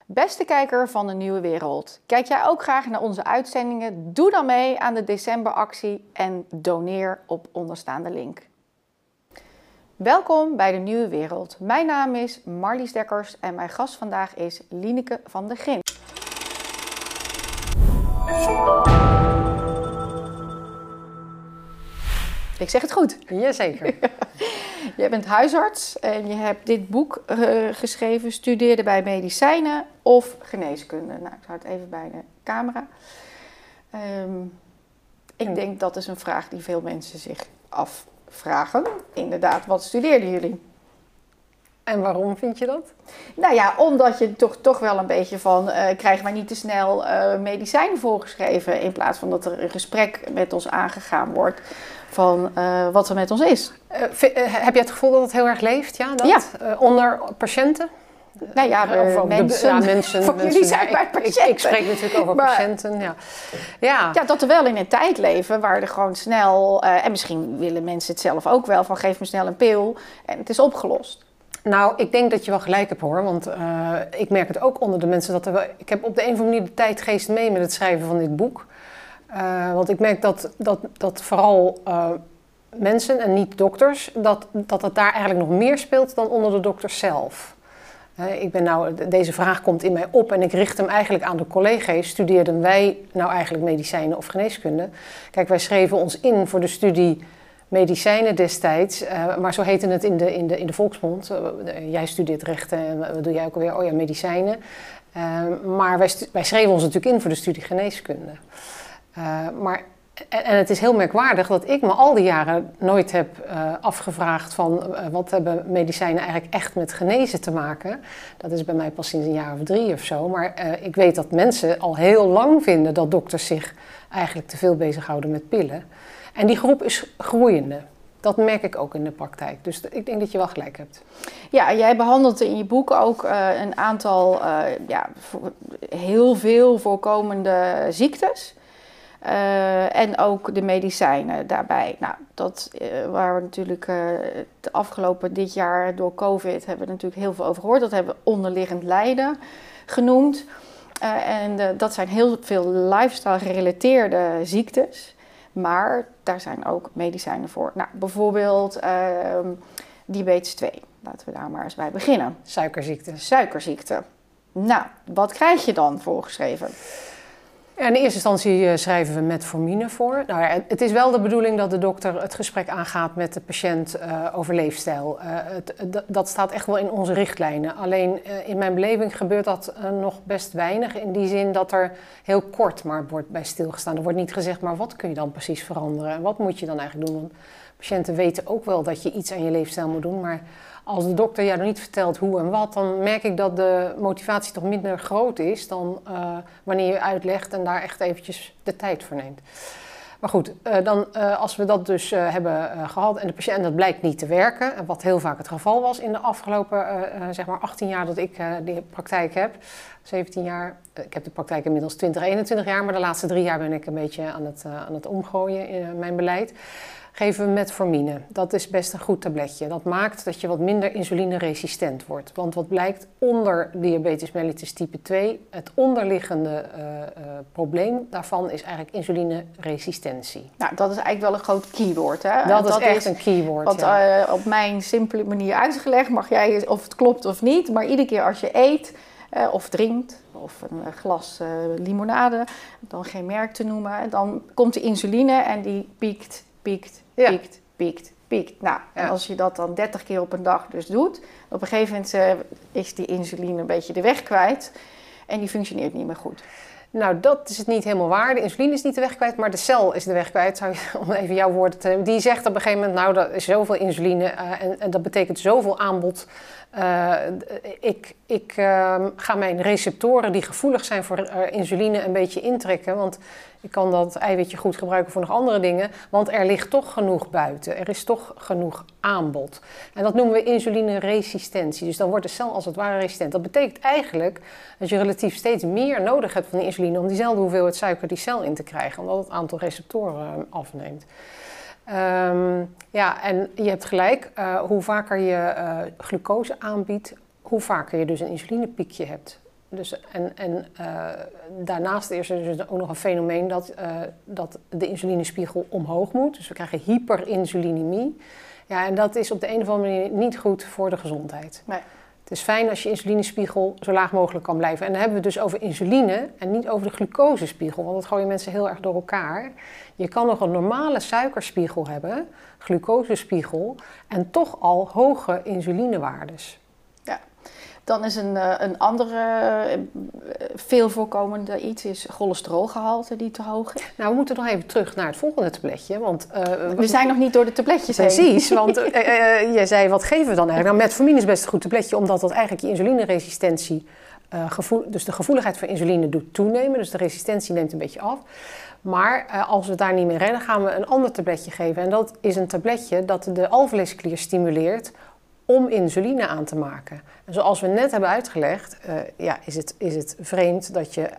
Beste kijker van de Nieuwe Wereld, kijk jij ook graag naar onze uitzendingen? Doe dan mee aan de decemberactie en doneer op onderstaande link. Welkom bij de Nieuwe Wereld. Mijn naam is Marlies Dekkers en mijn gast vandaag is Lieneke van der Grim. Ik zeg het goed. Jazeker. Jij bent huisarts en je hebt dit boek geschreven, Studeerde bij medicijnen of geneeskunde. Nou, ik hou het even bij de camera. Ik denk dat is een vraag die veel mensen zich afvragen. Inderdaad, wat studeerden jullie? En waarom vind je dat? Nou ja, omdat je toch wel een beetje van, krijgen wij niet te snel medicijnen voorgeschreven in plaats van dat er een gesprek met ons aangegaan wordt van wat er met ons is. Heb je het gevoel dat het heel erg leeft? Ja, dat? Ja. Onder patiënten? Nou ja, mensen. Jullie zijn bij patiënten. Ik spreek natuurlijk over patiënten. Ja, dat er wel in een tijd leven waar er gewoon snel, en misschien willen mensen het zelf ook wel, van geef me snel een pil en het is opgelost. Nou, ik denk dat je wel gelijk hebt hoor, want ik merk het ook onder de mensen. Ik heb op de een of andere manier de tijdgeest mee met het schrijven van dit boek. Want ik merk dat vooral mensen en niet dokters, dat het daar eigenlijk nog meer speelt dan onder de dokters zelf. Deze vraag komt in mij op en ik richt hem eigenlijk aan de collega's. Studeerden wij nou eigenlijk medicijnen of geneeskunde? Kijk, wij schreven ons in voor de studie medicijnen destijds, maar zo heette het in de volksmond. Jij studeert rechten en wat doe jij ook alweer? Oh ja, medicijnen. Maar wij schreven ons natuurlijk in voor de studie geneeskunde. En het is heel merkwaardig dat ik me al die jaren nooit heb afgevraagd van wat hebben medicijnen eigenlijk echt met genezen te maken. Dat is bij mij pas sinds een jaar of 3 of zo. Maar ik weet dat mensen al heel lang vinden dat dokters zich eigenlijk te veel bezighouden met pillen. En die groep is groeiende. Dat merk ik ook in de praktijk. Dus ik denk dat je wel gelijk hebt. Ja, jij behandelt in je boek ook een aantal heel veel voorkomende ziektes. En ook de medicijnen daarbij. Nou, dat waar we natuurlijk de afgelopen dit jaar door COVID hebben we natuurlijk heel veel over gehoord. Dat hebben we onderliggend lijden genoemd. Dat zijn heel veel lifestyle gerelateerde ziektes. Maar daar zijn ook medicijnen voor. Nou, bijvoorbeeld diabetes 2. Laten we daar maar eens bij beginnen. Suikerziekte. Nou, wat krijg je dan voorgeschreven? Ja, in eerste instantie schrijven we metformine voor. Nou ja, het is wel de bedoeling dat de dokter het gesprek aangaat met de patiënt over leefstijl. Dat staat echt wel in onze richtlijnen. Alleen in mijn beleving gebeurt dat nog best weinig. In die zin dat er heel kort maar wordt bij stilgestaan. Er wordt niet gezegd, maar wat kun je dan precies veranderen? En wat moet je dan eigenlijk doen? Want patiënten weten ook wel dat je iets aan je leefstijl moet doen. Maar als de dokter jou niet vertelt hoe en wat, dan merk ik dat de motivatie toch minder groot is dan wanneer je uitlegt en daar echt eventjes de tijd voor neemt. Maar goed, als we dat dus hebben gehad en de patiënt dat blijkt niet te werken, wat heel vaak het geval was in de afgelopen 18 jaar dat ik die praktijk heb, 17 jaar. Ik heb de praktijk inmiddels 21 jaar, maar de laatste 3 jaar ben ik een beetje aan het omgooien in mijn beleid. Geven we metformine. Dat is best een goed tabletje. Dat maakt dat je wat minder insulineresistent wordt. Want wat blijkt onder diabetes mellitus type 2, het onderliggende probleem daarvan is eigenlijk insulineresistentie. Nou, dat is eigenlijk wel een groot keyword, hè? Dat is echt een keyword, want, op mijn simpele manier uitgelegd, mag jij of het klopt of niet, maar iedere keer als je eet of drinkt, of een glas limonade, dan geen merk te noemen, dan komt de insuline en die piekt. Nou, en als je dat dan 30 keer op een dag dus doet, op een gegeven moment is die insuline een beetje de weg kwijt en die functioneert niet meer goed. Nou, dat is het niet helemaal waar. De insuline is niet de weg kwijt, maar de cel is de weg kwijt. Om even jouw woorden te nemen. Die zegt op een gegeven moment, nou, er is zoveel insuline en dat betekent zoveel aanbod. Ik ga mijn receptoren die gevoelig zijn voor insuline een beetje intrekken. Want ik kan dat eiwitje goed gebruiken voor nog andere dingen. Want er ligt toch genoeg buiten. Er is toch genoeg aanbod. En dat noemen we insulineresistentie. Dus dan wordt de cel als het ware resistent. Dat betekent eigenlijk dat je relatief steeds meer nodig hebt van die insuline om diezelfde hoeveelheid suiker die cel in te krijgen. Omdat het aantal receptoren afneemt. En je hebt gelijk, hoe vaker je glucose aanbiedt, hoe vaker je dus een insulinepiekje hebt. Daarnaast is er dus ook nog een fenomeen dat de insulinespiegel omhoog moet. Dus we krijgen hyperinsulinemie. Ja, en dat is op de een of andere manier niet goed voor de gezondheid. Nee. Het is fijn als je insulinespiegel zo laag mogelijk kan blijven. En dan hebben we het dus over insuline en niet over de glucosespiegel. Want dat gooien mensen heel erg door elkaar. Je kan nog een normale suikerspiegel hebben, glucosespiegel, en toch al hoge insulinewaardes. Ja, dan is een andere veel voorkomende iets is cholesterolgehalte die te hoog is. Nou, we moeten nog even terug naar het volgende tabletje. Want, we zijn nog niet door de tabletjes heen. Precies, want jij zei, wat geven we dan eigenlijk? Nou, metformine is best een goed tabletje, omdat dat eigenlijk je insulineresistentie, dus de gevoeligheid voor insuline doet toenemen. Dus de resistentie neemt een beetje af. Maar als we daar niet meer redden, gaan we een ander tabletje geven. En dat is een tabletje dat de alvleesklier stimuleert om insuline aan te maken. En zoals we net hebben uitgelegd, is het vreemd dat je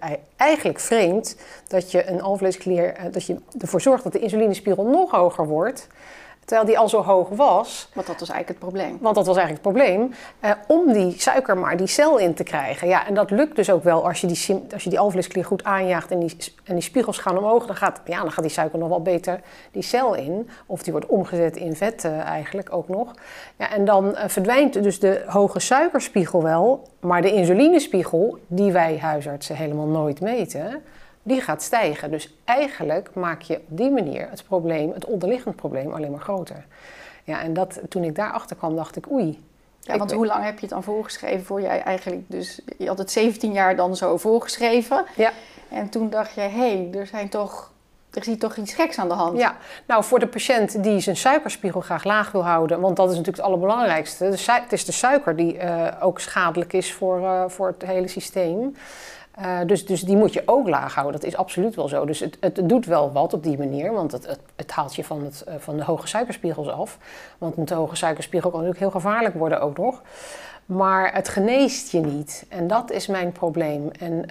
een alvleesklier, dat je ervoor zorgt dat de insulinespiegel nog hoger wordt, terwijl die al zo hoog was. Want dat was eigenlijk het probleem. Want dat was eigenlijk het probleem. Om die suiker maar die cel in te krijgen. Ja, en dat lukt dus ook wel als je die alvleesklier goed aanjaagt en die spiegels gaan omhoog. Dan gaat die suiker nog wel beter die cel in. Of die wordt omgezet in vet eigenlijk ook nog. Ja, en dan verdwijnt dus de hoge suikerspiegel wel. Maar de insulinespiegel, die wij huisartsen helemaal nooit meten, die gaat stijgen. Dus eigenlijk maak je op die manier het onderliggend probleem alleen maar groter. Ja, en toen ik daarachter kwam, dacht ik, oei. Ja, want hoe lang heb je het dan voorgeschreven voor jij eigenlijk dus... Je had het 17 jaar dan zo voorgeschreven. Ja. En toen dacht je, er is hier toch iets geks aan de hand. Ja, nou voor de patiënt die zijn suikerspiegel graag laag wil houden, want dat is natuurlijk het allerbelangrijkste. Het is de suiker die ook schadelijk is voor het hele systeem. Dus die moet je ook laag houden, dat is absoluut wel zo. Dus het doet wel wat op die manier, want het haalt je van de hoge suikerspiegels af. Want een te hoge suikerspiegel kan natuurlijk heel gevaarlijk worden ook nog. Maar het geneest je niet en dat is mijn probleem. En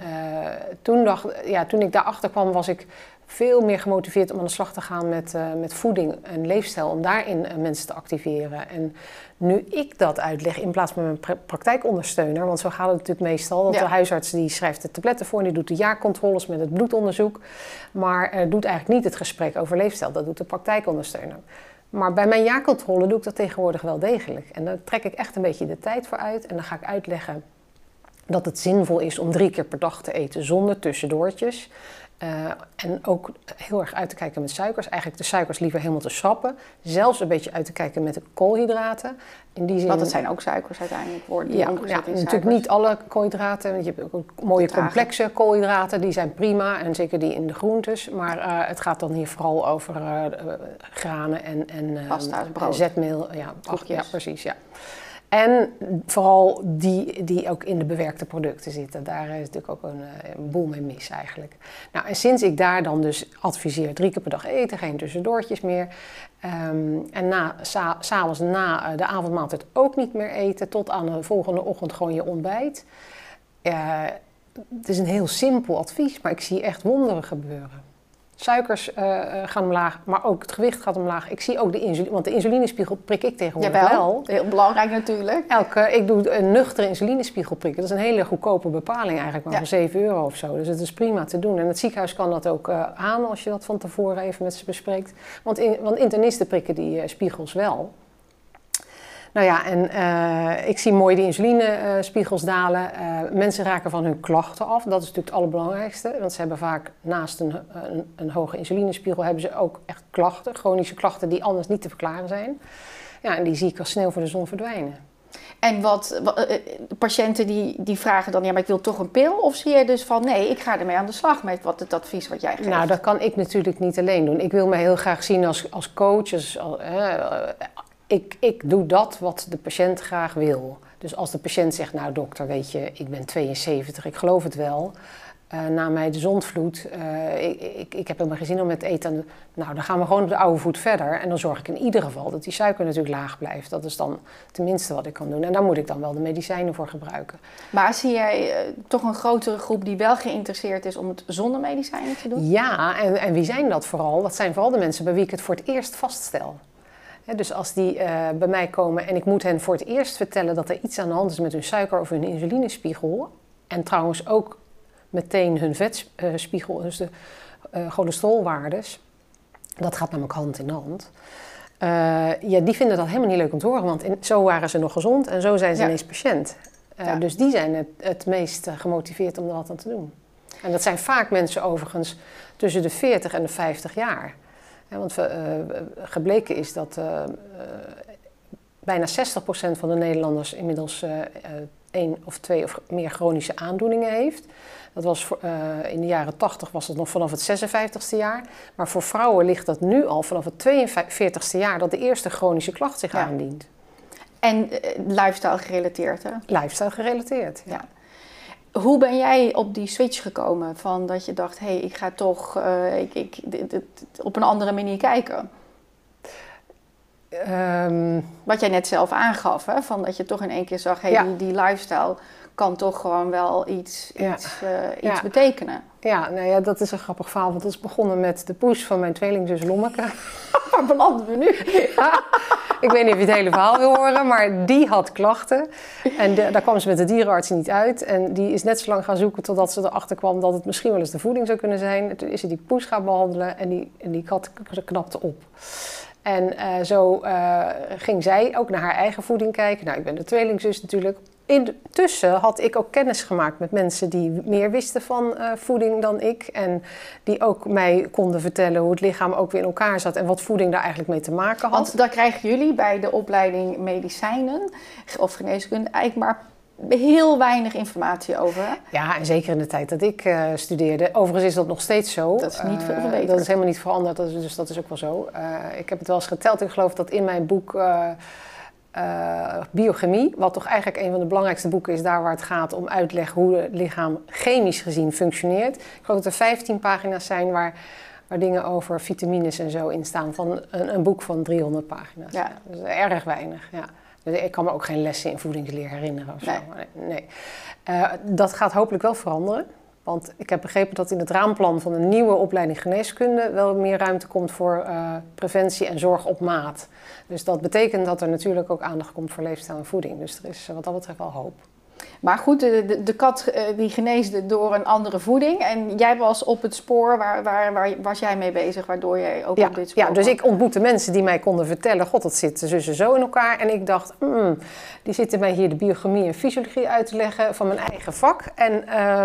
toen ik daarachter kwam, was ik veel meer gemotiveerd om aan de slag te gaan met voeding en leefstijl, om daarin mensen te activeren. En nu ik dat uitleg in plaats van mijn praktijkondersteuner, want zo gaat het natuurlijk meestal, dat de huisarts die schrijft de tabletten voor en die doet de jaarcontroles met het bloedonderzoek, maar doet eigenlijk niet het gesprek over leefstijl, dat doet de praktijkondersteuner. Maar bij mijn jaarcontrole doe ik dat tegenwoordig wel degelijk. En daar trek ik echt een beetje de tijd voor uit en dan ga ik uitleggen dat het zinvol is om 3 keer per dag te eten zonder tussendoortjes. En ook heel erg uit te kijken met suikers. Eigenlijk de suikers liever helemaal te schrappen. Zelfs een beetje uit te kijken met de koolhydraten. In die zin, want het zijn ook suikers uiteindelijk worden die omgezet in suikers. Natuurlijk niet alle koolhydraten. Want je hebt ook mooie complexe koolhydraten. Die zijn prima. En zeker die in de groentes. Maar het gaat dan hier vooral over granen en pasta's, brood. Zetmeel. Ja, precies. Ja. En vooral die ook in de bewerkte producten zitten. Daar is natuurlijk ook een boel mee mis eigenlijk. Nou, en sinds ik daar dan dus adviseer 3 keer per dag eten, geen tussendoortjes meer. En s'avonds na de avondmaaltijd ook niet meer eten, tot aan de volgende ochtend gewoon je ontbijt. Het is een heel simpel advies, maar ik zie echt wonderen gebeuren. Suikers gaan omlaag, maar ook het gewicht gaat omlaag. Ik zie ook de insuline, want de insulinespiegel prik ik tegenwoordig wel. Heel belangrijk natuurlijk. Ik doe een nuchtere insulinespiegel prikken. Dat is een hele goedkope bepaling eigenlijk, maar voor 7 euro of zo. Dus het is prima te doen. En het ziekenhuis kan dat ook aan als je dat van tevoren even met ze bespreekt. Want internisten prikken die spiegels wel. Nou ja, en ik zie mooi die insulinespiegels dalen. Mensen raken van hun klachten af. Dat is natuurlijk het allerbelangrijkste. Want ze hebben vaak naast een hoge insulinespiegel hebben ze ook echt klachten. Chronische klachten die anders niet te verklaren zijn. Ja, en die zie ik als sneeuw voor de zon verdwijnen. En patiënten die vragen dan, ja, maar ik wil toch een pil? Of zie je dus van, nee, ik ga ermee aan de slag met het advies wat jij geeft? Nou, dat kan ik natuurlijk niet alleen doen. Ik wil me heel graag zien als coach. Ik doe dat wat de patiënt graag wil. Dus als de patiënt zegt, nou dokter, weet je, ik ben 72, ik geloof het wel. Na mij de zondvloed, ik heb helemaal geen zin om met eten. Nou, dan gaan we gewoon op de oude voet verder. En dan zorg ik in ieder geval dat die suiker natuurlijk laag blijft. Dat is dan tenminste wat ik kan doen. En daar moet ik dan wel de medicijnen voor gebruiken. Maar zie jij toch een grotere groep die wel geïnteresseerd is om het zonder medicijnen te doen? Ja, en wie zijn dat vooral? Dat zijn vooral de mensen bij wie ik het voor het eerst vaststel. Dus als die bij mij komen en ik moet hen voor het eerst vertellen dat er iets aan de hand is met hun suiker of hun insulinespiegel, En trouwens ook meteen hun vetspiegel, dus de cholesterolwaardes. Dat gaat namelijk hand in hand. Die vinden dat helemaal niet leuk om te horen, want zo waren ze nog gezond en zo zijn ze ineens patiënt. Dus die zijn het meest gemotiveerd om er wat aan te doen. En dat zijn vaak mensen overigens tussen de 40 en de 50 jaar. Want gebleken is dat bijna 60% van de Nederlanders inmiddels 1 of 2 of meer chronische aandoeningen heeft. Dat was in de jaren 80 was dat nog vanaf het 56ste jaar. Maar voor vrouwen ligt dat nu al vanaf het 42ste jaar dat de eerste chronische klacht zich aandient. En lifestyle gerelateerd, hè? Lifestyle gerelateerd, ja. Hoe ben jij op die switch gekomen van dat je dacht, hé, ik ga toch op een andere manier kijken? Wat jij net zelf aangaf, hè? Van dat je toch in één keer zag, die lifestyle kan toch gewoon wel iets betekenen. Ja, nou ja, dat is een grappig verhaal, want het is begonnen met de poes van mijn tweelingzus Lommeke. Waar belanden we nu? Ja, ik weet niet of je het hele verhaal wil horen, maar die had klachten. En daar kwam ze met de dierenarts niet uit. En die is net zo lang gaan zoeken totdat ze erachter kwam dat het misschien wel eens de voeding zou kunnen zijn. En toen is ze die poes gaan behandelen en die kat knapte op. En zo ging zij ook naar haar eigen voeding kijken. Nou, ik ben de tweelingzus natuurlijk. Intussen had ik ook kennis gemaakt met mensen die meer wisten van voeding dan ik. En die ook mij konden vertellen hoe het lichaam ook weer in elkaar zat en wat voeding daar eigenlijk mee te maken had. Want daar krijgen jullie bij de opleiding medicijnen of geneeskunde eigenlijk maar heel weinig informatie over. Hè? Ja, en zeker in de tijd dat ik studeerde. Overigens is dat nog steeds zo. Dat is niet veel verbeterd. Dat is helemaal niet veranderd, dus dat is ook wel zo. Ik heb het wel eens geteld. Ik geloof dat in mijn boek Biochemie, wat toch eigenlijk een van de belangrijkste boeken is, daar waar het gaat om uitleg hoe het lichaam chemisch gezien functioneert. Ik geloof dat er 15 pagina's zijn waar dingen over vitamines en zo in staan van een boek van 300 pagina's. Ja. Dus erg weinig, ja. Dus ik kan me ook geen lessen in voedingsleer herinneren of zo. Nee. Dat gaat hopelijk wel veranderen. Want ik heb begrepen dat in het raamplan van een nieuwe opleiding geneeskunde wel meer ruimte komt voor preventie en zorg op maat. Dus dat betekent dat er natuurlijk ook aandacht komt voor leefstijl en voeding. Dus er is wat dat betreft wel hoop. Maar goed, de kat die geneesde door een andere voeding. En jij was op het spoor, waar was jij mee bezig, waardoor jij ook op dit spoor kwam? Dus ik ontmoette mensen die mij konden vertellen, god, dat zit zus en zo in elkaar. En ik dacht, die zitten mij hier de biochemie en fysiologie uit te leggen van mijn eigen vak. En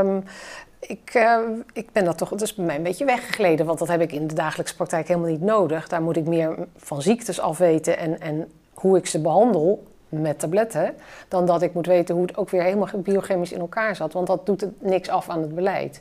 ik ben dat toch, het is bij mij een beetje weggegleden, want dat heb ik in de dagelijkse praktijk helemaal niet nodig. Daar moet ik meer van ziektes afweten en hoe ik ze behandel met tabletten, dan dat ik moet weten hoe het ook weer helemaal biochemisch in elkaar zat. Want dat doet niks af aan het beleid.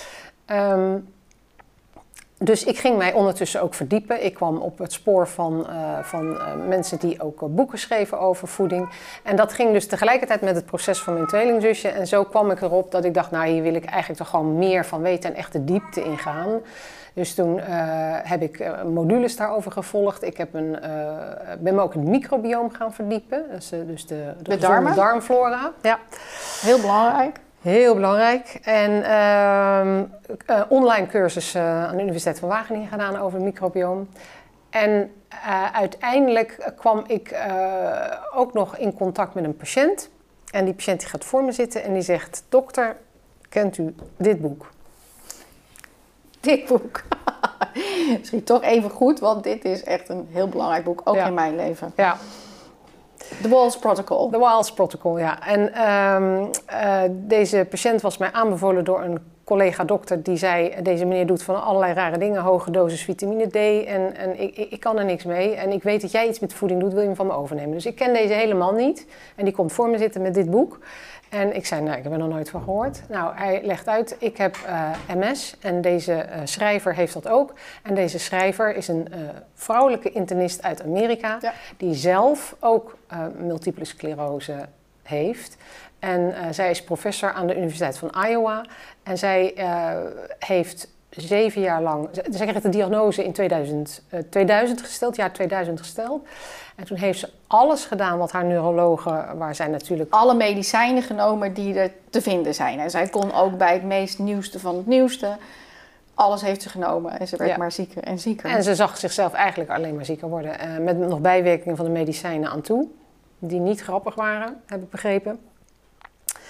Dus ik ging mij ondertussen ook verdiepen. Ik kwam op het spoor van mensen die ook boeken schreven over voeding. En dat ging dus tegelijkertijd met het proces van mijn tweelingzusje. En zo kwam ik erop dat ik dacht, nou, hier wil ik eigenlijk toch gewoon meer van weten en echt de diepte ingaan. Dus toen heb ik modules daarover gevolgd. Ik heb ben me ook in het microbioom gaan verdiepen. Dus de darmflora. Ja. Heel belangrijk. Heel belangrijk. En online cursus aan de Universiteit van Wageningen gedaan over het microbioom. En uiteindelijk kwam ik ook nog in contact met een patiënt. En die patiënt die gaat voor me zitten en die zegt, dokter, kent u dit boek? Dit boek. Misschien toch even goed, want dit is echt een heel belangrijk boek, ook in mijn leven. Ja. The Wahls Protocol. The Wahls Protocol, ja. En deze patiënt was mij aanbevolen door een collega-dokter die zei, deze meneer doet van allerlei rare dingen, hoge dosis vitamine D en ik kan er niks mee. En ik weet dat jij iets met voeding doet, wil je hem van me overnemen? Dus ik ken deze helemaal niet. En die komt voor me zitten met dit boek. En ik zei, nou, ik heb er nog nooit van gehoord. Nou, hij legt uit, ik heb MS en deze schrijver heeft dat ook. En deze schrijver is een vrouwelijke internist uit Amerika, die zelf ook multiple sclerose heeft. En zij is professor aan de Universiteit van Iowa. En zij heeft 7 jaar lang, zij kreeg de diagnose in 2000 gesteld, jaar 2000 gesteld. En toen heeft ze alles gedaan wat haar neurologen, waar zij natuurlijk... Alle medicijnen genomen die er te vinden zijn. En zij kon ook bij het meest nieuwste van het nieuwste. Alles heeft ze genomen en ze werd maar zieker en zieker. En ze zag zichzelf eigenlijk alleen maar zieker worden. Met nog bijwerkingen van de medicijnen aan toe. Die niet grappig waren, heb ik begrepen.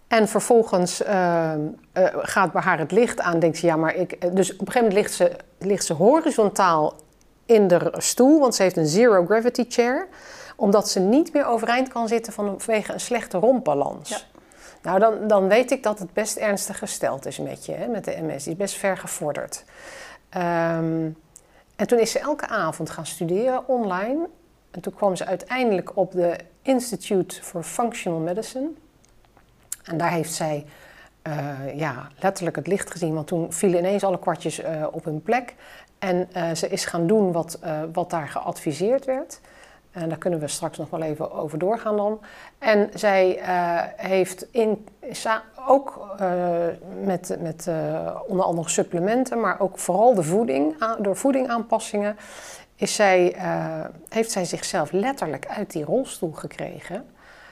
En vervolgens gaat bij haar het licht aan. Denkt ze, ja, maar dus op een gegeven moment ligt ze horizontaal in de stoel, want ze heeft een zero gravity chair, omdat ze niet meer overeind kan zitten vanwege een slechte rompbalans. Ja. Nou, dan weet ik dat het best ernstig gesteld is met je, hè, met de MS. Die is best ver gevorderd. En toen is ze elke avond gaan studeren online. En toen kwam ze uiteindelijk op de Institute for Functional Medicine. En daar heeft zij letterlijk het licht gezien, want toen vielen ineens alle kwartjes op hun plek. En ze is gaan doen wat daar geadviseerd werd. En daar kunnen we straks nog wel even over doorgaan dan. En zij heeft ook met onder andere supplementen, maar ook vooral de voeding, door voedingaanpassingen, heeft zij zichzelf letterlijk uit die rolstoel gekregen.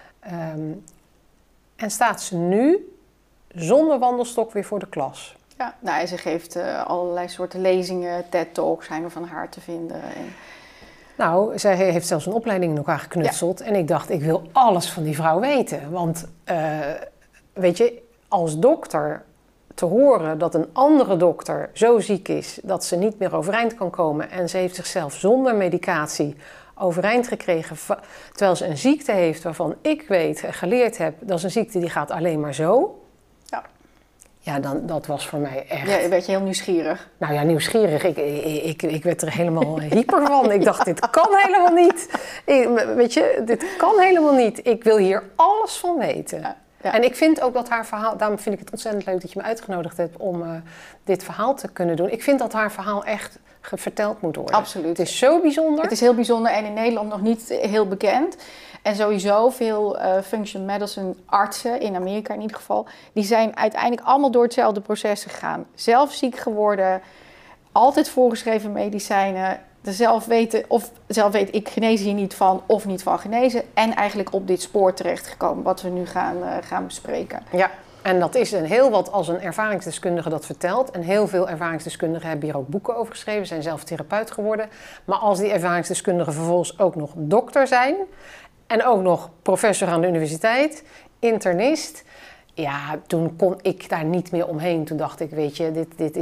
En staat ze nu zonder wandelstok weer voor de klas. Ja, nou, en ze geeft allerlei soorten lezingen, TED-talks zijn er van haar te vinden. Nou, zij heeft zelfs een opleiding in elkaar geknutseld. Ja. En ik dacht, ik wil alles van die vrouw weten. Want, weet je, als dokter te horen dat een andere dokter zo ziek is dat ze niet meer overeind kan komen en ze heeft zichzelf zonder medicatie overeind gekregen, terwijl ze een ziekte heeft waarvan ik weet en geleerd heb, dat is een ziekte die gaat alleen maar zo. Ja, dat was voor mij echt... Ja, werd je heel nieuwsgierig? Nou ja, nieuwsgierig. Ik werd er helemaal hyper van. Ik dacht, dit kan helemaal niet. Weet je, dit kan helemaal niet. Ik wil hier alles van weten. Ja, ja. En ik vind ook dat haar verhaal... Daarom vind ik het ontzettend leuk dat je me uitgenodigd hebt om dit verhaal te kunnen doen. Ik vind dat haar verhaal echt verteld moet worden. Absoluut. Het is zo bijzonder. Het is heel bijzonder en in Nederland nog niet heel bekend. En sowieso veel functional medicine artsen, in Amerika in ieder geval, die zijn uiteindelijk allemaal door hetzelfde proces gegaan. Zelf ziek geworden, altijd voorgeschreven medicijnen, zelf weten, ik genees hier niet van of niet van genezen. En eigenlijk op dit spoor terechtgekomen, wat we nu gaan bespreken. Ja. En dat is heel wat als een ervaringsdeskundige dat vertelt. En heel veel ervaringsdeskundigen hebben hier ook boeken over geschreven, zijn zelf therapeut geworden. Maar als die ervaringsdeskundigen vervolgens ook nog dokter zijn en ook nog professor aan de universiteit, internist, ja, toen kon ik daar niet meer omheen. Toen dacht ik, weet je,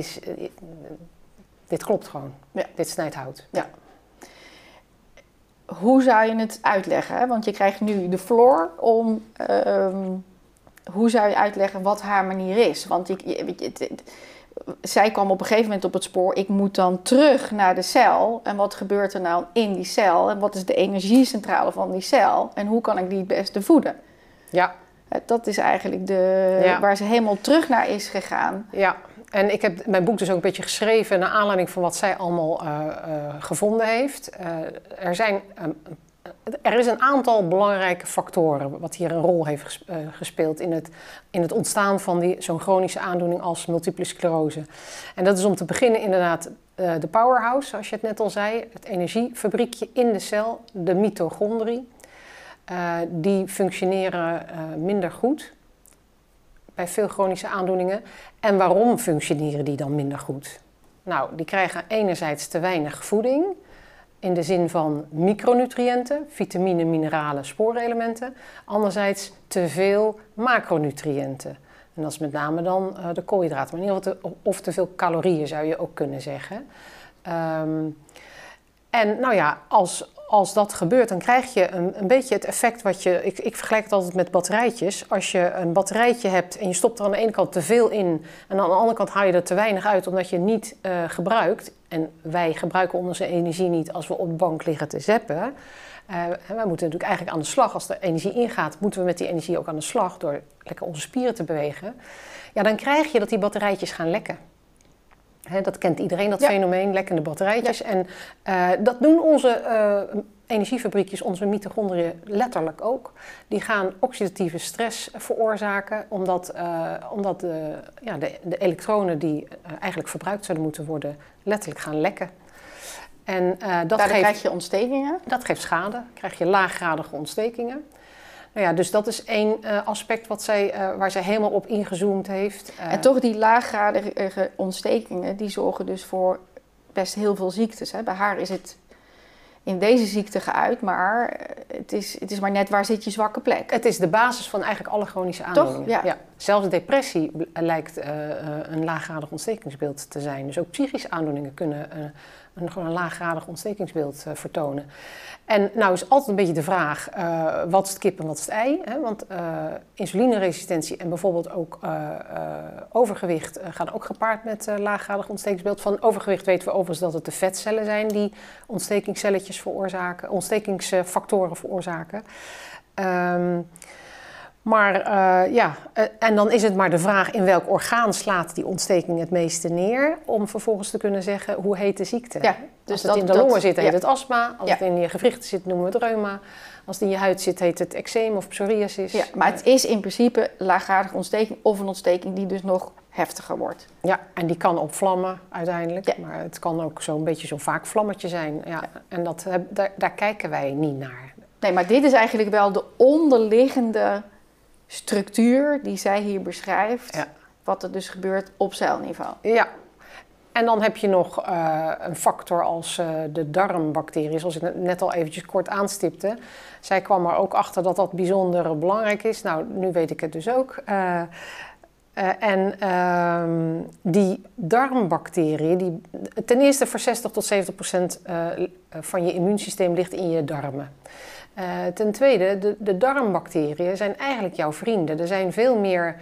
dit klopt gewoon. Ja. Dit snijdt hout. Ja. Hoe zou je het uitleggen? Want je krijgt nu de floor om... hoe zou je uitleggen wat haar manier is? Want zij kwam op een gegeven moment op het spoor, ik moet dan terug naar de cel. En wat gebeurt er nou in die cel? En wat is de energiecentrale van die cel? En hoe kan ik die het beste voeden? Ja. Dat is eigenlijk waar ze helemaal terug naar is gegaan. Ja, en ik heb mijn boek dus ook een beetje geschreven naar aanleiding van wat zij allemaal gevonden heeft. Er is een aantal belangrijke factoren wat hier een rol heeft gespeeld in het ontstaan van zo'n chronische aandoening als multiple sclerose. En dat is om te beginnen inderdaad de powerhouse, zoals je het net al zei, het energiefabriekje in de cel, de mitochondriën. Die functioneren minder goed bij veel chronische aandoeningen. En waarom functioneren die dan minder goed? Nou, die krijgen enerzijds te weinig voeding, in de zin van micronutriënten, vitamine, mineralen, spoorelementen. Anderzijds te veel macronutriënten. En dat is met name dan de koolhydraten, maar in ieder geval of te veel calorieën zou je ook kunnen zeggen. En nou ja, als dat gebeurt, dan krijg je een beetje het effect wat je... Ik vergelijk het altijd met batterijtjes. Als je een batterijtje hebt en je stopt er aan de ene kant te veel in en aan de andere kant haal je er te weinig uit omdat je het niet gebruikt. En wij gebruiken onze energie niet als we op de bank liggen te zappen. Wij moeten natuurlijk eigenlijk aan de slag. Als er energie ingaat, moeten we met die energie ook aan de slag door lekker onze spieren te bewegen. Ja, dan krijg je dat die batterijtjes gaan lekken. Dat kent iedereen, dat fenomeen, lekkende batterijtjes. Ja. En dat doen onze energiefabriekjes, onze mitochondriën letterlijk ook. Die gaan oxidatieve stress veroorzaken, omdat de elektronen die eigenlijk verbruikt zouden moeten worden, letterlijk gaan lekken. En krijg je ontstekingen? Dat geeft schade, dan krijg je laaggradige ontstekingen. Nou ja, dus dat is één aspect waar zij helemaal op ingezoomd heeft. En toch die laaggradige ontstekingen, die zorgen dus voor best heel veel ziektes. Hè? Bij haar is het in deze ziekte geuit, maar het is maar net waar zit je zwakke plek. Het is de basis van eigenlijk alle chronische aandoeningen. Toch? Ja. Zelfs depressie lijkt een laaggradig ontstekingsbeeld te zijn. Dus ook psychische aandoeningen kunnen gewoon een laaggradig ontstekingsbeeld vertonen. En nou is altijd een beetje de vraag, wat is het kip en wat is het ei? Hè? Want insulineresistentie en bijvoorbeeld ook overgewicht gaan ook gepaard met laaggradig ontstekingsbeeld. Van overgewicht weten we overigens dat het de vetcellen zijn die ontstekingscelletjes veroorzaken, ontstekingsfactoren veroorzaken. En dan is het maar de vraag in welk orgaan slaat die ontsteking het meeste neer, om vervolgens te kunnen zeggen hoe heet de ziekte. Ja, dus als het in de longen zit, heet het astma. Als het in je gewrichten zit, noemen we het reuma. Als het in je huid zit, heet het eczeem of psoriasis. Ja, maar het is in principe laaggradige ontsteking of een ontsteking die dus nog heftiger wordt. Ja, en die kan opvlammen uiteindelijk. Ja. Maar het kan ook zo'n beetje zo'n vaak vlammetje zijn. Ja. En daar kijken wij niet naar. Nee, maar dit is eigenlijk wel de onderliggende structuur die zij hier beschrijft, wat er dus gebeurt op celniveau. Ja, en dan heb je nog een factor als de darmbacteriën, zoals ik net al eventjes kort aanstipte. Zij kwam er ook achter dat dat bijzonder belangrijk is. Nou, nu weet ik het dus ook. Die darmbacteriën, ten eerste voor 60 tot 70% van je immuunsysteem ligt in je darmen. Ten tweede, de darmbacteriën zijn eigenlijk jouw vrienden. Er zijn veel meer...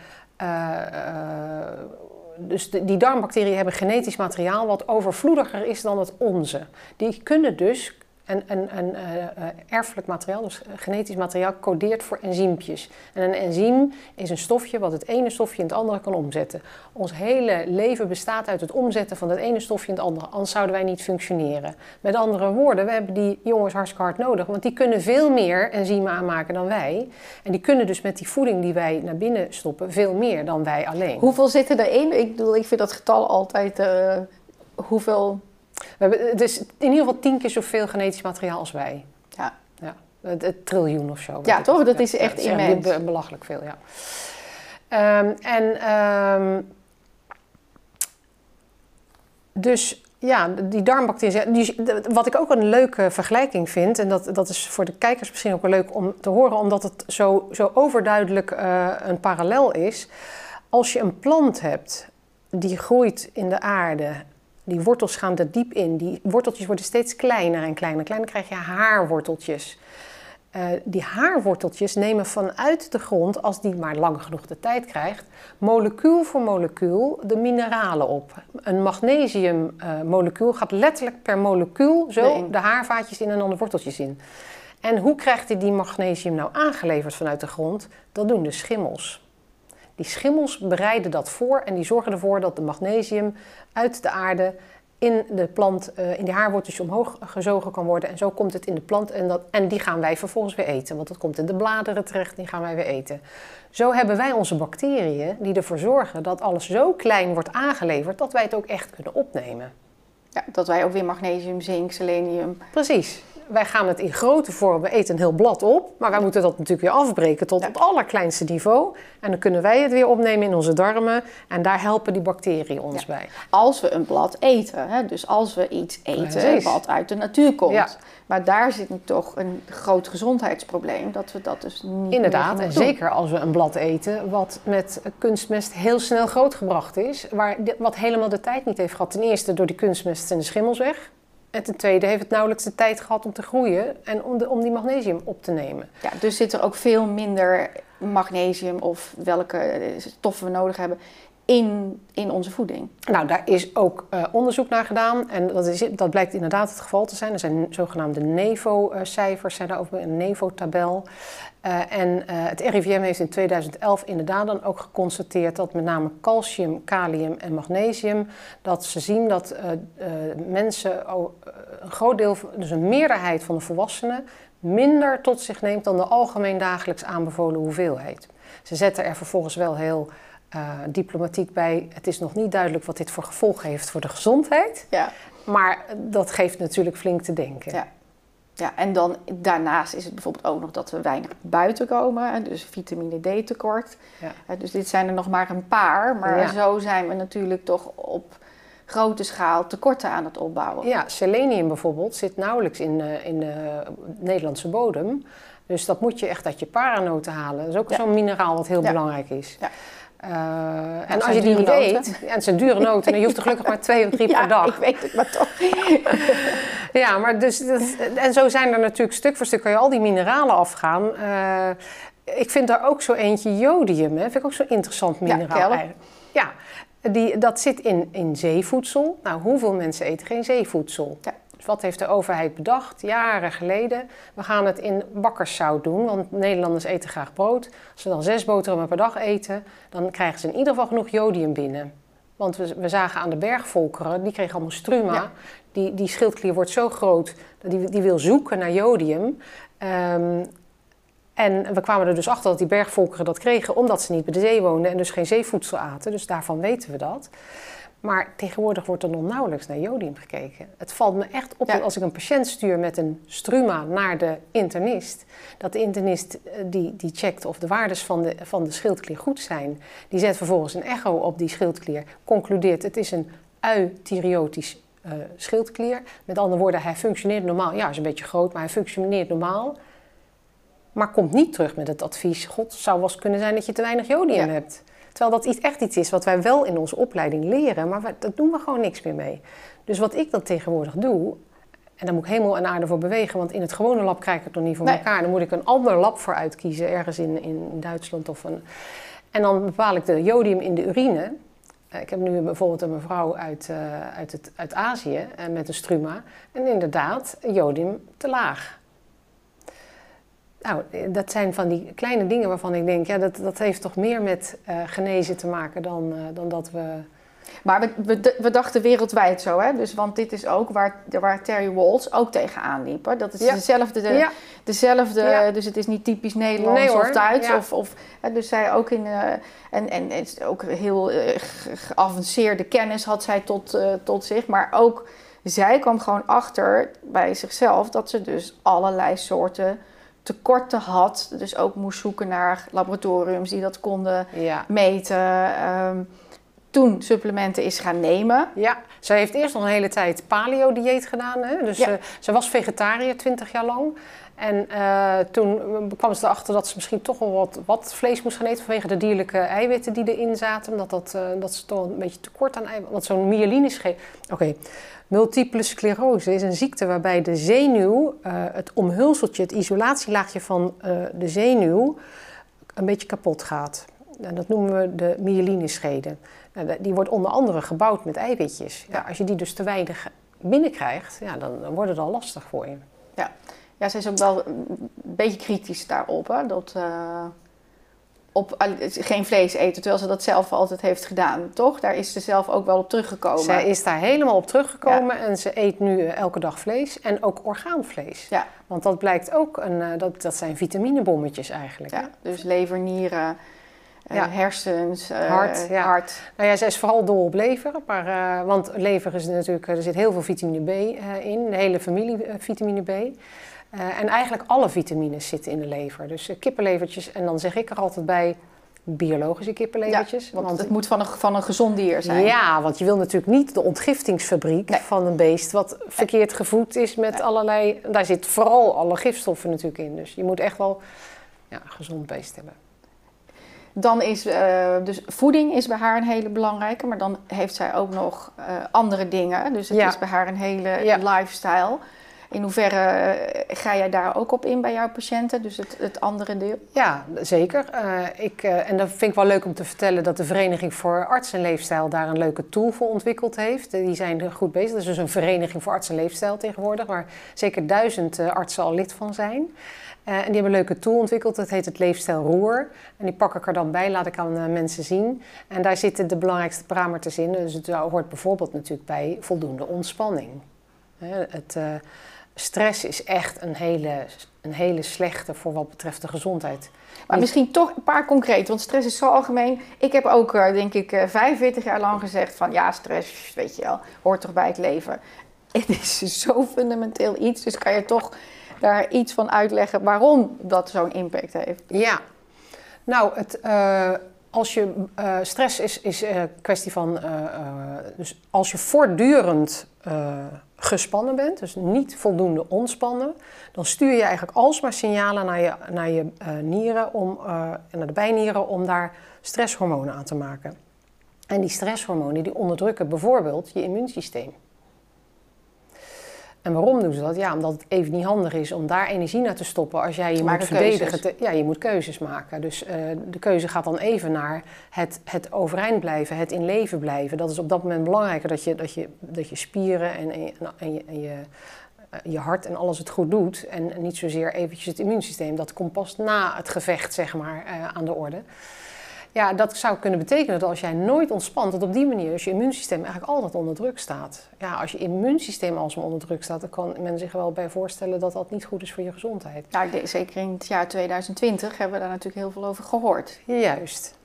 Dus die darmbacteriën hebben genetisch materiaal wat overvloediger is dan het onze. Die kunnen dus... erfelijk materiaal, dus genetisch materiaal, codeert voor enzympjes. En een enzym is een stofje wat het ene stofje in het andere kan omzetten. Ons hele leven bestaat uit het omzetten van het ene stofje in het andere. Anders zouden wij niet functioneren. Met andere woorden, we hebben die jongens hartstikke hard nodig. Want die kunnen veel meer enzymen aanmaken dan wij. En die kunnen dus met die voeding die wij naar binnen stoppen veel meer dan wij alleen. Hoeveel zitten erin? Ik vind dat getal altijd... hoeveel... We hebben dus in ieder geval 10 keer zoveel genetisch materiaal als wij. Ja. Het triljoen of zo. Ja, toch? Dat is echt immens. Belachelijk veel, ja. Dus ja, die darmbacteriën... Wat ik ook een leuke vergelijking vind... en dat is voor de kijkers misschien ook wel leuk om te horen... omdat het zo overduidelijk een parallel is. Als je een plant hebt die groeit in de aarde... Die wortels gaan er diep in. Die worteltjes worden steeds kleiner en kleiner. Kleiner krijg je haarworteltjes. Die haarworteltjes nemen vanuit de grond, als die maar lang genoeg de tijd krijgt, molecuul voor molecuul de mineralen op. Een magnesiummolecuul gaat letterlijk per molecuul zo de haarvaatjes in en dan de worteltjes in. En hoe krijgt hij die magnesium nou aangeleverd vanuit de grond? Dat doen de schimmels. Die schimmels bereiden dat voor en die zorgen ervoor dat de magnesium uit de aarde in de plant, in die haarworteltjes omhoog gezogen kan worden. En zo komt het in de plant en die gaan wij vervolgens weer eten. Want dat komt in de bladeren terecht, die gaan wij weer eten. Zo hebben wij onze bacteriën die ervoor zorgen dat alles zo klein wordt aangeleverd dat wij het ook echt kunnen opnemen. Ja, dat wij ook weer magnesium, zink, selenium... Precies. Wij gaan het in grote vorm, we eten een heel blad op, maar wij moeten dat natuurlijk weer afbreken tot het allerkleinste niveau. En dan kunnen wij het weer opnemen in onze darmen en daar helpen die bacteriën ons bij. Als we een blad eten, hè? Dus als we iets eten wat uit de natuur komt. Ja. Maar daar zit toch een groot gezondheidsprobleem, dat we dat dus niet Inderdaad, en zeker als we een blad eten wat met kunstmest heel snel grootgebracht is, wat helemaal de tijd niet heeft gehad. Ten eerste door die kunstmest zijn de schimmels weg. En ten tweede heeft het nauwelijks de tijd gehad om te groeien en om die magnesium op te nemen. Ja, dus zit er ook veel minder magnesium of welke stoffen we nodig hebben in onze voeding. Nou, daar is ook onderzoek naar gedaan en dat blijkt inderdaad het geval te zijn. Er zijn zogenaamde NEVO-cijfers, zijn daar ook een NEVO-tabel. Het RIVM heeft in 2011 inderdaad dan ook geconstateerd dat met name calcium, kalium en magnesium, dat ze zien dat mensen, een groot deel, dus een meerderheid van de volwassenen, minder tot zich neemt dan de algemeen dagelijks aanbevolen hoeveelheid. Ze zetten er vervolgens wel heel diplomatiek bij. Het is nog niet duidelijk wat dit voor gevolgen heeft voor de gezondheid, maar dat geeft natuurlijk flink te denken. Ja, en dan daarnaast is het bijvoorbeeld ook nog dat we weinig buiten komen, dus vitamine D tekort. Ja. Dus dit zijn er nog maar een paar, maar zo zijn we natuurlijk toch op grote schaal tekorten aan het opbouwen. Ja, selenium bijvoorbeeld zit nauwelijks in de Nederlandse bodem. Dus dat moet je echt uit je paranoten halen. Dat is ook zo'n mineraal wat heel belangrijk is. Ja. En als je die niet eet, ja, het zijn dure noten, en je hoeft er gelukkig maar 2 of 3 per dag. Ik weet het maar toch. Ja, maar en zo zijn er natuurlijk stuk voor stuk, kan je al die mineralen afgaan. Ik vind daar ook zo eentje jodium, hè, vind ik ook zo'n interessant mineraal. Ja, dat zit in zeevoedsel. Nou, hoeveel mensen eten geen zeevoedsel? Ja. Dus wat heeft de overheid bedacht, jaren geleden? We gaan het in bakkerszout doen, want Nederlanders eten graag brood. Als ze dan 6 boterhammen per dag eten, dan krijgen ze in ieder geval genoeg jodium binnen. Want we zagen aan de bergvolkeren, die kregen allemaal struma. Ja. Die schildklier wordt zo groot, dat die wil zoeken naar jodium. En we kwamen er dus achter dat die bergvolkeren dat kregen omdat ze niet bij de zee woonden en dus geen zeevoedsel aten. Dus daarvan weten we dat. Maar tegenwoordig wordt er nog nauwelijks naar jodium gekeken. Het valt me echt op dat als ik een patiënt stuur met een struma naar de internist, dat de internist die checkt of de waardes van de schildklier goed zijn. Die zet vervolgens een echo op die schildklier, concludeert het is een euthyriotisch schildklier. Met andere woorden, hij functioneert normaal. Ja, hij is een beetje groot, maar hij functioneert normaal. Maar komt niet terug met het advies, god, het zou wel eens kunnen zijn dat je te weinig jodium hebt. Terwijl dat echt iets is wat wij wel in onze opleiding leren, maar daar doen we gewoon niks meer mee. Dus wat ik dan tegenwoordig doe, en daar moet ik hemel en aarde voor bewegen, want in het gewone lab krijg ik het nog niet voor elkaar. Dan moet ik een ander lab voor uitkiezen, ergens in Duitsland En dan bepaal ik de jodium in de urine. Ik heb nu bijvoorbeeld een mevrouw uit Azië met een struma. En inderdaad, jodium te laag. Nou, dat zijn van die kleine dingen waarvan ik denk, ja, dat heeft toch meer met genezen te maken dan dat we... Maar we dachten wereldwijd zo, hè? Dus, want dit is ook waar Terry Walls ook tegenaan liep. Hè? Dat is dezelfde, dus het is niet typisch Nederlands of Duits. Ja. Dus zij ook en ook heel geavanceerde kennis had zij tot zich. Maar ook zij kwam gewoon achter bij zichzelf dat ze dus allerlei soorten tekorten had. Dus ook moest zoeken naar laboratoriums die dat konden meten. Toen supplementen is gaan nemen. Ja, zij heeft eerst nog een hele tijd paleo-dieet gedaan. Hè? Dus ze was vegetariër 20 jaar lang. En toen kwam ze erachter dat ze misschien toch wel wat vlees moest gaan eten vanwege de dierlijke eiwitten die erin zaten. Dat ze toch een beetje tekort aan eiwitten. Want zo'n myelinescheet. Multiple sclerose is een ziekte waarbij de zenuw, het omhulseltje, het isolatielaagje van de zenuw, een beetje kapot gaat. En dat noemen we de myelineschede. Die wordt onder andere gebouwd met eiwitjes. Ja, als je die dus te weinig binnenkrijgt, dan wordt het al lastig voor je. Ja, zij is ook wel een beetje kritisch daarop. Hè? Dat geen vlees eten, terwijl ze dat zelf altijd heeft gedaan, toch? Daar is ze zelf ook wel op teruggekomen. Zij is daar helemaal op teruggekomen en ze eet nu elke dag vlees en ook orgaanvlees. Ja. Want dat blijkt ook, dat zijn vitaminebommetjes eigenlijk. Ja, dus lever, nieren, hersens, hart. Nou ja, zij is vooral dol op lever, want lever is natuurlijk, er zit heel veel vitamine B in, de hele familie vitamine B. En eigenlijk alle vitamines zitten in de lever. Dus kippenlevertjes, en dan zeg ik er altijd bij biologische kippenlevertjes. Ja, want het moet van een gezond dier zijn. Ja, want je wil natuurlijk niet de ontgiftingsfabriek van een beest wat verkeerd gevoed is met allerlei... Daar zit vooral alle gifstoffen natuurlijk in. Dus je moet echt wel een gezond beest hebben. Dan is dus voeding is bij haar een hele belangrijke, maar dan heeft zij ook nog andere dingen. Dus het is bij haar een hele lifestyle. In hoeverre ga jij daar ook op in bij jouw patiënten, dus het andere deel? Ja, zeker. En dat vind ik wel leuk om te vertellen dat de Vereniging voor Arts en Leefstijl daar een leuke tool voor ontwikkeld heeft. Die zijn er goed bezig. Dat is dus een Vereniging voor Arts en Leefstijl tegenwoordig, waar zeker 1000 artsen al lid van zijn. En die hebben een leuke tool ontwikkeld, dat heet het Leefstijlroer. En die pak ik er dan bij, laat ik aan mensen zien. En daar zitten de belangrijkste parameters in. Dus het hoort bijvoorbeeld natuurlijk bij voldoende ontspanning. Stress is echt een hele slechte voor wat betreft de gezondheid. Maar misschien toch een paar concreet, want stress is zo algemeen. Ik heb ook, denk ik, 45 jaar lang gezegd van ja, stress, weet je wel, hoort toch bij het leven. Het is zo fundamenteel iets, dus kan je toch daar iets van uitleggen waarom dat zo'n impact heeft? Ja, nou, stress is een kwestie van, dus als je voortdurend gespannen bent, dus niet voldoende ontspannen, dan stuur je eigenlijk alsmaar signalen naar je nieren, naar de bijnieren, om daar stresshormonen aan te maken. En die stresshormonen die onderdrukken bijvoorbeeld je immuunsysteem. En waarom doen ze dat? Ja, omdat het even niet handig is om daar energie naar te stoppen als jij je moet verdedigen. Je moet keuzes maken. Dus de keuze gaat dan even naar het overeind blijven, het in leven blijven. Dat is op dat moment belangrijker, dat je spieren en je hart en alles het goed doet. En niet zozeer eventjes het immuunsysteem. Dat komt pas na het gevecht, zeg maar, aan de orde. Ja, dat zou kunnen betekenen dat als jij nooit ontspant, dat op die manier dus je immuunsysteem eigenlijk altijd onder druk staat. Ja, als je immuunsysteem alsmaar onder druk staat, dan kan men zich er wel bij voorstellen dat dat niet goed is voor je gezondheid. Ja, zeker in het jaar 2020 hebben we daar natuurlijk heel veel over gehoord. Juist.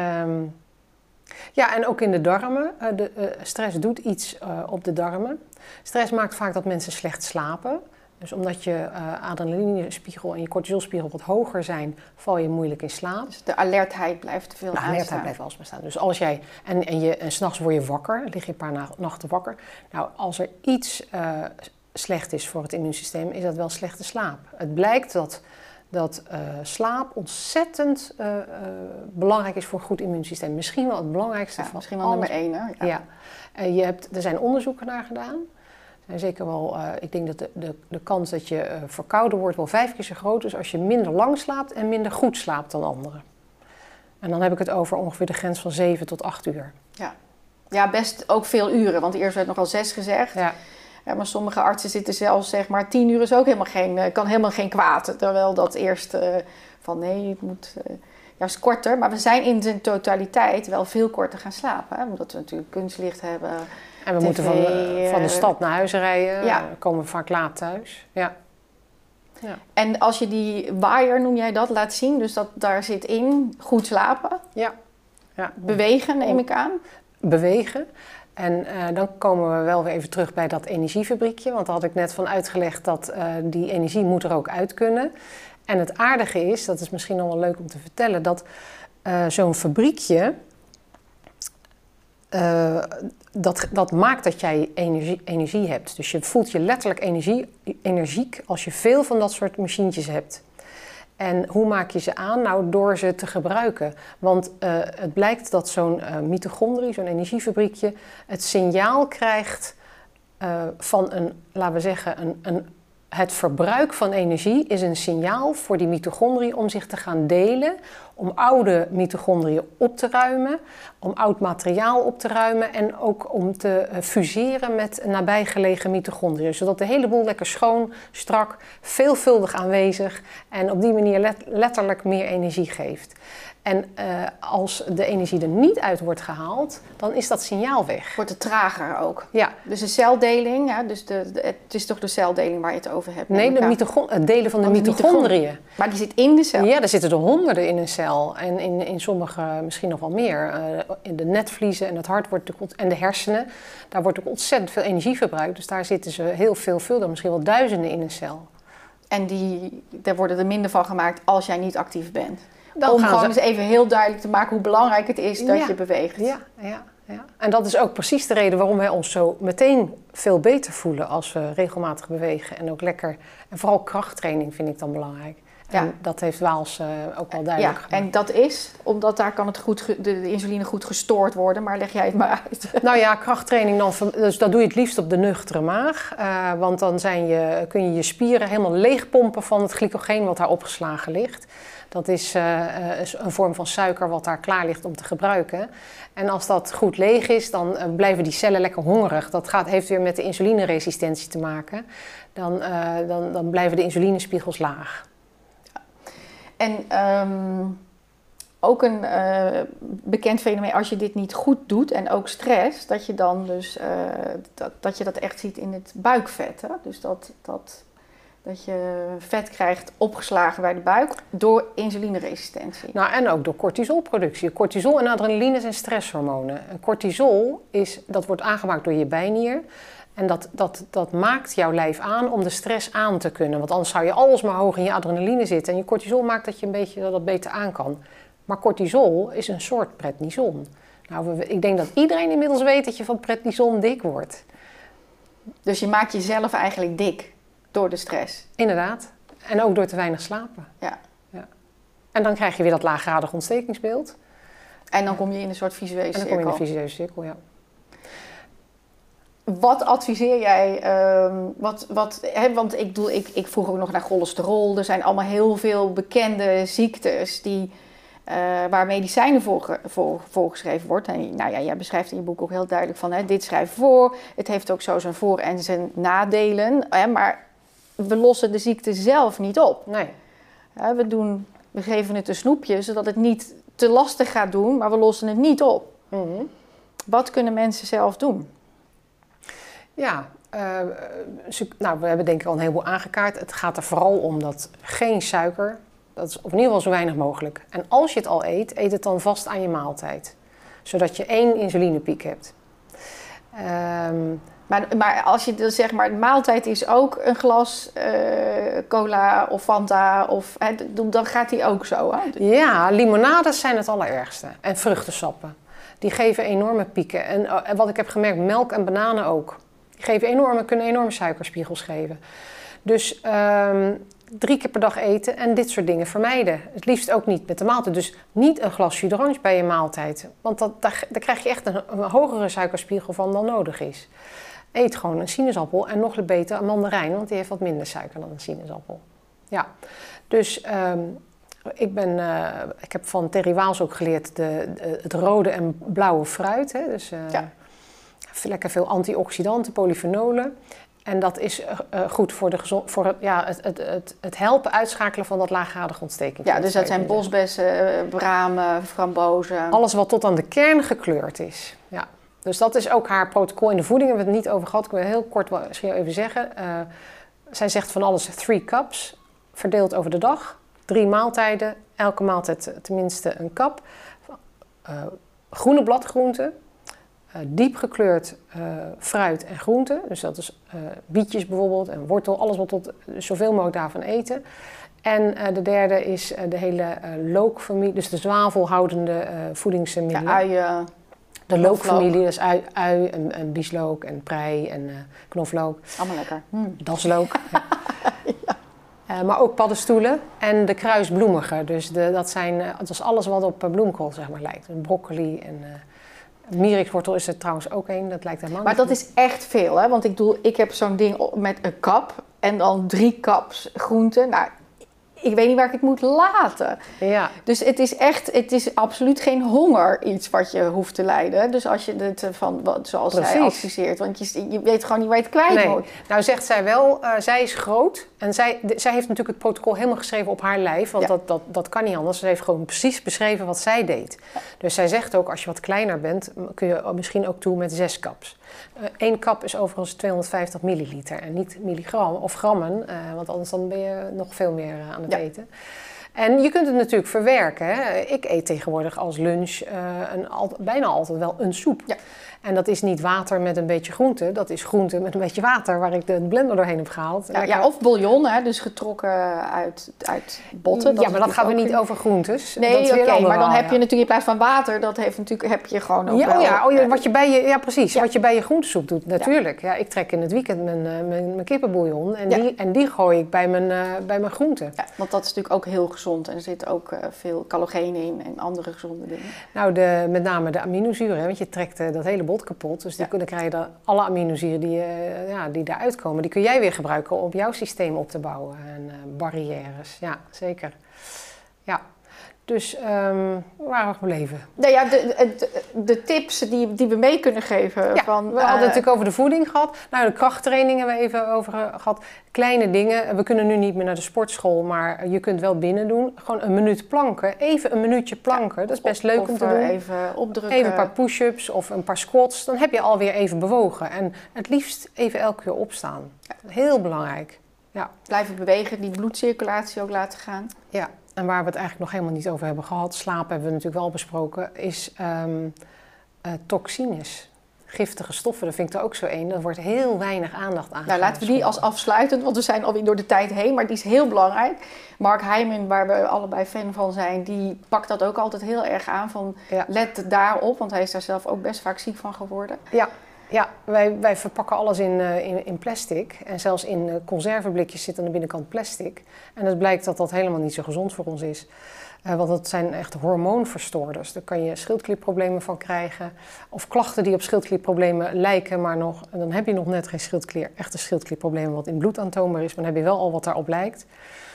Ja, en ook in de darmen. Stress doet iets op de darmen. Stress maakt vaak dat mensen slecht slapen. Dus omdat je adrenalinespiegel en je cortisolspiegel wat hoger zijn, val je moeilijk in slaap. Dus de alertheid blijft veel aanstaan. De alertheid blijft alsmaar staan. Dus als jij, en 's nachts word je wakker, lig je een paar nachten wakker. Nou, als er iets slecht is voor het immuunsysteem, is dat wel slechte slaap. Het blijkt dat slaap ontzettend belangrijk is voor een goed immuunsysteem. Misschien wel het belangrijkste van misschien wel nummer 1. Hè? Ja. Er zijn onderzoeken naar gedaan. En zeker wel, ik denk dat de kans dat je verkouden wordt wel 5 keer zo groot is als je minder lang slaapt en minder goed slaapt dan anderen. En dan heb ik het over ongeveer de grens van 7 tot 8 uur. Ja, best ook veel uren, want eerst werd nogal 6 gezegd. Ja. Ja, maar sommige artsen zitten zelfs, zeg maar, 10 uur is ook kan helemaal geen kwaad. Terwijl dat eerst van nee, het moet juist korter. Maar we zijn in zijn totaliteit wel veel korter gaan slapen. Hè? Omdat we natuurlijk kunstlicht hebben. En we moeten van de stad naar huis rijden. Ja. Dan komen we vaak laat thuis. Ja. Ja. En als je die waaier, noem jij dat, laat zien. Dus daar zit in goed slapen. Ja. Bewegen, neem ik aan. Bewegen. En dan komen we wel weer even terug bij dat energiefabriekje. Want daar had ik net van uitgelegd dat die energie moet er ook uit kunnen. En het aardige is, dat is misschien nog wel leuk om te vertellen, dat zo'n fabriekje, dat maakt dat jij energie hebt. Dus je voelt je letterlijk energiek als je veel van dat soort machientjes hebt. En hoe maak je ze aan? Nou, door ze te gebruiken. Want het blijkt dat zo'n mitochondrie, zo'n energiefabriekje, het signaal krijgt van laten we zeggen, het verbruik van energie is een signaal voor die mitochondriën om zich te gaan delen, om oude mitochondriën op te ruimen, om oud materiaal op te ruimen en ook om te fuseren met nabijgelegen mitochondriën. Zodat de hele boel lekker schoon, strak, veelvuldig aanwezig en op die manier letterlijk meer energie geeft. En als de energie er niet uit wordt gehaald, dan is dat signaal weg. Wordt het trager ook. Ja. Dus de celdeling, ja, dus het is toch de celdeling waar je het over hebt? Nee, het delen van de mitochondriën. Maar die zit in de cel? Ja, er zitten er honderden in een cel. En in sommige misschien nog wel meer. In de netvliezen en het hart en de hersenen, daar wordt ook ontzettend veel energie verbruikt. Dus daar zitten ze heel veelvuldig, misschien wel duizenden in een cel. En daar worden er minder van gemaakt als jij niet actief bent? Om gewoon eens even heel duidelijk te maken hoe belangrijk het is dat je beweegt. Ja. En dat is ook precies de reden waarom wij ons zo meteen veel beter voelen als we regelmatig bewegen. En ook lekker, en vooral krachttraining vind ik dan belangrijk. En dat heeft Waals ook wel duidelijk gemaakt. En dat is, omdat daar kan de insuline goed gestoord worden. Maar leg jij het maar uit. Nou ja, krachttraining, dus dat doe je het liefst op de nuchtere maag. Want dan kun je je spieren helemaal leegpompen van het glycogeen wat daar opgeslagen ligt. Dat is een vorm van suiker wat daar klaar ligt om te gebruiken. En als dat goed leeg is, dan blijven die cellen lekker hongerig. Dat heeft weer met de insulineresistentie te maken. Dan blijven de insulinespiegels laag. En ook een bekend fenomeen, als je dit niet goed doet en ook stress, dat je dan dus dat je dat echt ziet in het buikvet. Hè? Dus dat je vet krijgt opgeslagen bij de buik door insulineresistentie. Nou, en ook door cortisolproductie. Cortisol en adrenaline zijn stresshormonen. Cortisol dat wordt aangemaakt door je bijnier. En dat maakt jouw lijf aan om de stress aan te kunnen. Want anders zou je alles maar hoog in je adrenaline zitten. En je cortisol maakt dat je dat beter aan kan. Maar cortisol is een soort prednison. Nou, ik denk dat iedereen inmiddels weet dat je van prednison dik wordt. Dus je maakt jezelf eigenlijk dik door de stress. Inderdaad. En ook door te weinig slapen. Ja. En dan krijg je weer dat laaggradig ontstekingsbeeld. En dan kom je in een soort visueuze cirkel. En dan kom je in een visueuze cirkel, ja. Wat adviseer jij? Want ik vroeg ook nog naar cholesterol. Er zijn allemaal heel veel bekende ziektes waar medicijnen voor geschreven wordt. En nou ja, jij beschrijft in je boek ook heel duidelijk van dit schrijven voor. Het heeft ook zo zijn voor- en zijn nadelen. Maar we lossen de ziekte zelf niet op. Nee. We geven het een snoepje, zodat het niet te lastig gaat doen, maar we lossen het niet op. Mm-hmm. Wat kunnen mensen zelf doen? Ja, we hebben denk ik al een heleboel aangekaart. Het gaat er vooral om dat geen suiker, dat is op in ieder geval zo weinig mogelijk. En als je het al eet, eet het dan vast aan je maaltijd. Zodat je 1 insulinepiek hebt. Maar als je zeg maar, de maaltijd is ook een glas cola of Fanta, dan gaat die ook zo. Hè? Ja, limonades zijn het allerergste. En vruchtensappen. Die geven enorme pieken. En wat ik heb gemerkt, melk en bananen ook. Die kunnen enorme suikerspiegels geven. Dus 3 keer per dag eten en dit soort dingen vermijden. Het liefst ook niet met de maaltijd. Dus niet een glas jus d'orange bij je maaltijd. Want daar krijg je echt een hogere suikerspiegel van dan nodig is. Eet gewoon een sinaasappel en nog beter een mandarijn, want die heeft wat minder suiker dan een sinaasappel. Ja, dus ik heb van Terry Waals ook geleerd het rode en blauwe fruit. Hè? Dus lekker veel antioxidanten, polyfenolen. En dat is goed voor het helpen uitschakelen van dat laaggradig ontsteking. Ja, dus dat zijn bosbessen, bramen, frambozen. Alles wat tot aan de kern gekleurd is. Ja. Dus dat is ook haar protocol in de voeding. Daar hebben we het niet over gehad. Ik wil heel kort misschien even zeggen. Zij zegt van alles 3 cups, verdeeld over de dag. 3 maaltijden, elke maaltijd tenminste een kap. Groene bladgroenten, diep gekleurd fruit en groenten. Dus dat is bietjes bijvoorbeeld en wortel, alles wat zoveel mogelijk daarvan eten. En de derde is de hele lookfamilie, dus de zwavelhoudende voedingsmiddelen. De uien. De lookfamilie, dus ui en bieslook en prei en knoflook. Allemaal lekker. Daslook. Ja. Maar ook paddenstoelen en de kruisbloemige. Dus dat is alles wat op bloemkool zeg maar lijkt. Broccoli en mierikswortel is er trouwens ook een. Dat lijkt helemaal Maar dat is echt veel, hè? Want ik heb zo'n ding met een kap en dan 3 kaps groenten. Nou, ik weet niet waar ik het moet laten. Ja. Dus het is absoluut geen honger iets wat je hoeft te lijden. Dus als je het zoals zij adviseert, want je weet gewoon niet waar je het kwijt moet. Nou zegt zij wel, zij is groot en zij heeft natuurlijk het protocol helemaal geschreven op haar lijf, want dat kan niet anders. Ze heeft gewoon precies beschreven wat zij deed. Ja. Dus zij zegt ook, als je wat kleiner bent, kun je misschien ook toe met 6 kaps. 1 kap is overigens 250 milliliter en niet milligram of grammen, want anders dan ben je nog veel meer aan het eten. En je kunt het natuurlijk verwerken. Hè? Ik eet tegenwoordig als lunch bijna altijd wel een soep. Ja. En dat is niet water met een beetje groente. Dat is groente met een beetje water waar ik de blender doorheen heb gehaald. Ja, of bouillon, hè? Dus getrokken uit botten. Ja, maar dat gaat weer niet over groentes. Nee, oké, maar dan heb je natuurlijk in plaats van water, heb je gewoon ook wat je bij je groentesoep doet, natuurlijk. Ja, ik trek in het weekend mijn kippenbouillon en die gooi ik bij mijn groenten. Ja, want dat is natuurlijk ook heel gezond en er zit ook veel collageen in en andere gezonde dingen. Nou, met name de aminozuren, want je trekt dat hele bot kapot. Dus dan krijg je alle aminozuren die daaruit komen, die kun jij weer gebruiken om jouw systeem op te bouwen. En barrières, ja, zeker. Ja. Dus waar we gebleven? Nou ja, de tips die we mee kunnen geven. Ja, we hadden het natuurlijk over de voeding gehad. Nou, de krachttraining hebben we even over gehad. Kleine dingen. We kunnen nu niet meer naar de sportschool, maar je kunt wel binnen doen. Gewoon een minuut planken. Even een minuutje planken. Ja, dat is best leuk om te doen. Even opdrukken. Even een paar push-ups of een paar squats. Dan heb je alweer even bewogen. En het liefst even elke keer opstaan. Ja. Heel belangrijk. Ja. Blijven bewegen, die bloedcirculatie ook laten gaan. Ja. En waar we het eigenlijk nog helemaal niet over hebben gehad, slapen hebben we natuurlijk wel besproken, is toxines. giftige stoffen, daar vind ik er ook zo één. Daar wordt heel weinig aandacht aan. Nou, laten we die als afsluitend, want we zijn alweer door de tijd heen, maar die is heel belangrijk. Mark Hyman, waar we allebei fan van zijn, die pakt dat ook altijd heel erg aan van let daarop, want hij is daar zelf ook best vaak ziek van geworden. Ja, wij verpakken alles in plastic. En zelfs in conserveblikjes zit aan de binnenkant plastic. En het blijkt dat dat helemaal niet zo gezond voor ons is. Want dat zijn echt hormoonverstoorders. Daar kan je schildklierproblemen van krijgen. Of klachten die op schildklierproblemen lijken, maar dan heb je nog net geen echte schildklierproblemen wat in bloed aantoonbaar is. Maar dan heb je wel al wat daarop lijkt.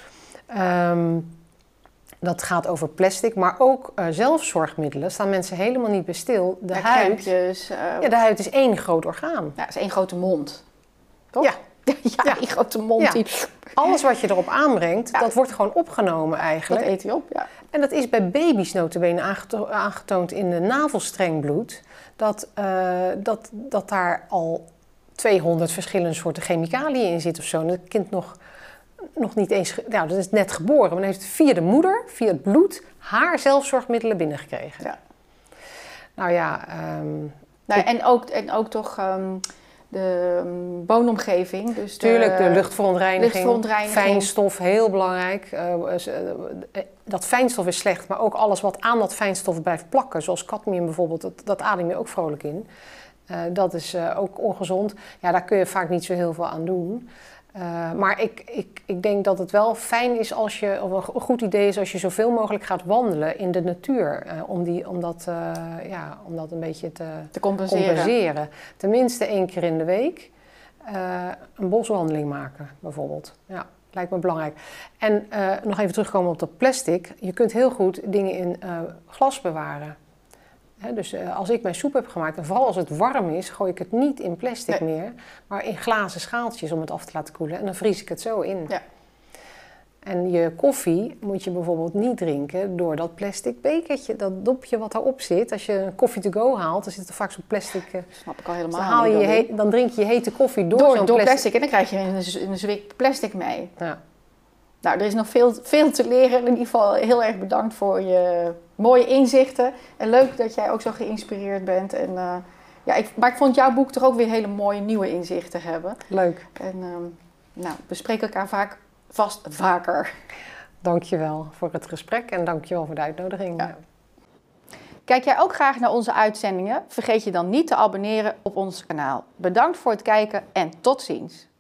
Dat gaat over plastic, maar ook zelfzorgmiddelen. Staan mensen helemaal niet bij stil. De huid is één groot orgaan. Ja, het is één grote mond. Toch? Ja. Één grote mond. Ja. Die... Alles wat je erop aanbrengt, dat wordt gewoon opgenomen eigenlijk. Dat eet hij op, ja. En dat is bij baby's nota bene aangetoond in de navelstrengbloed. Dat daar al 200 verschillende soorten chemicaliën in zitten of zo. En dat kind nog niet eens... Nou, dat is net geboren. Maar dan heeft via de moeder, via het bloed, haar zelfzorgmiddelen binnengekregen. Ja. Nou ja... en ook toch... de woonomgeving. Dus tuurlijk, de luchtverontreiniging, fijnstof, heel belangrijk. Dat fijnstof is slecht, maar ook alles wat aan dat fijnstof blijft plakken, zoals cadmium bijvoorbeeld, dat adem je ook vrolijk in. Dat is ook ongezond. Ja, daar kun je vaak niet zo heel veel aan doen. Maar ik denk dat het wel fijn is of een goed idee is als je zoveel mogelijk gaat wandelen in de natuur. Om dat een beetje te compenseren. Tenminste 1 keer in de week. Een boswandeling maken bijvoorbeeld. Ja, lijkt me belangrijk. En nog even terugkomen op dat plastic. Je kunt heel goed dingen in glas bewaren. Dus als ik mijn soep heb gemaakt, en vooral als het warm is, gooi ik het niet in plastic meer, maar in glazen schaaltjes om het af te laten koelen. En dan vries ik het zo in. Ja. En je koffie moet je bijvoorbeeld niet drinken door dat plastic bekertje, dat dopje wat daarop zit. Als je een koffie to go haalt, dan zit er vaak zo'n plastic... snap ik al helemaal. Dan drink je hete koffie door zo'n plastic. En dan krijg je een zwik plastic mee. Ja. Nou, er is nog veel te leren. In ieder geval heel erg bedankt voor je mooie inzichten. En leuk dat jij ook zo geïnspireerd bent. En, maar ik vond jouw boek toch ook weer hele mooie nieuwe inzichten hebben. Leuk. En we spreken elkaar vast vaker. Dankjewel voor het gesprek en dankjewel voor de uitnodiging. Ja. Kijk jij ook graag naar onze uitzendingen? Vergeet je dan niet te abonneren op ons kanaal. Bedankt voor het kijken en tot ziens.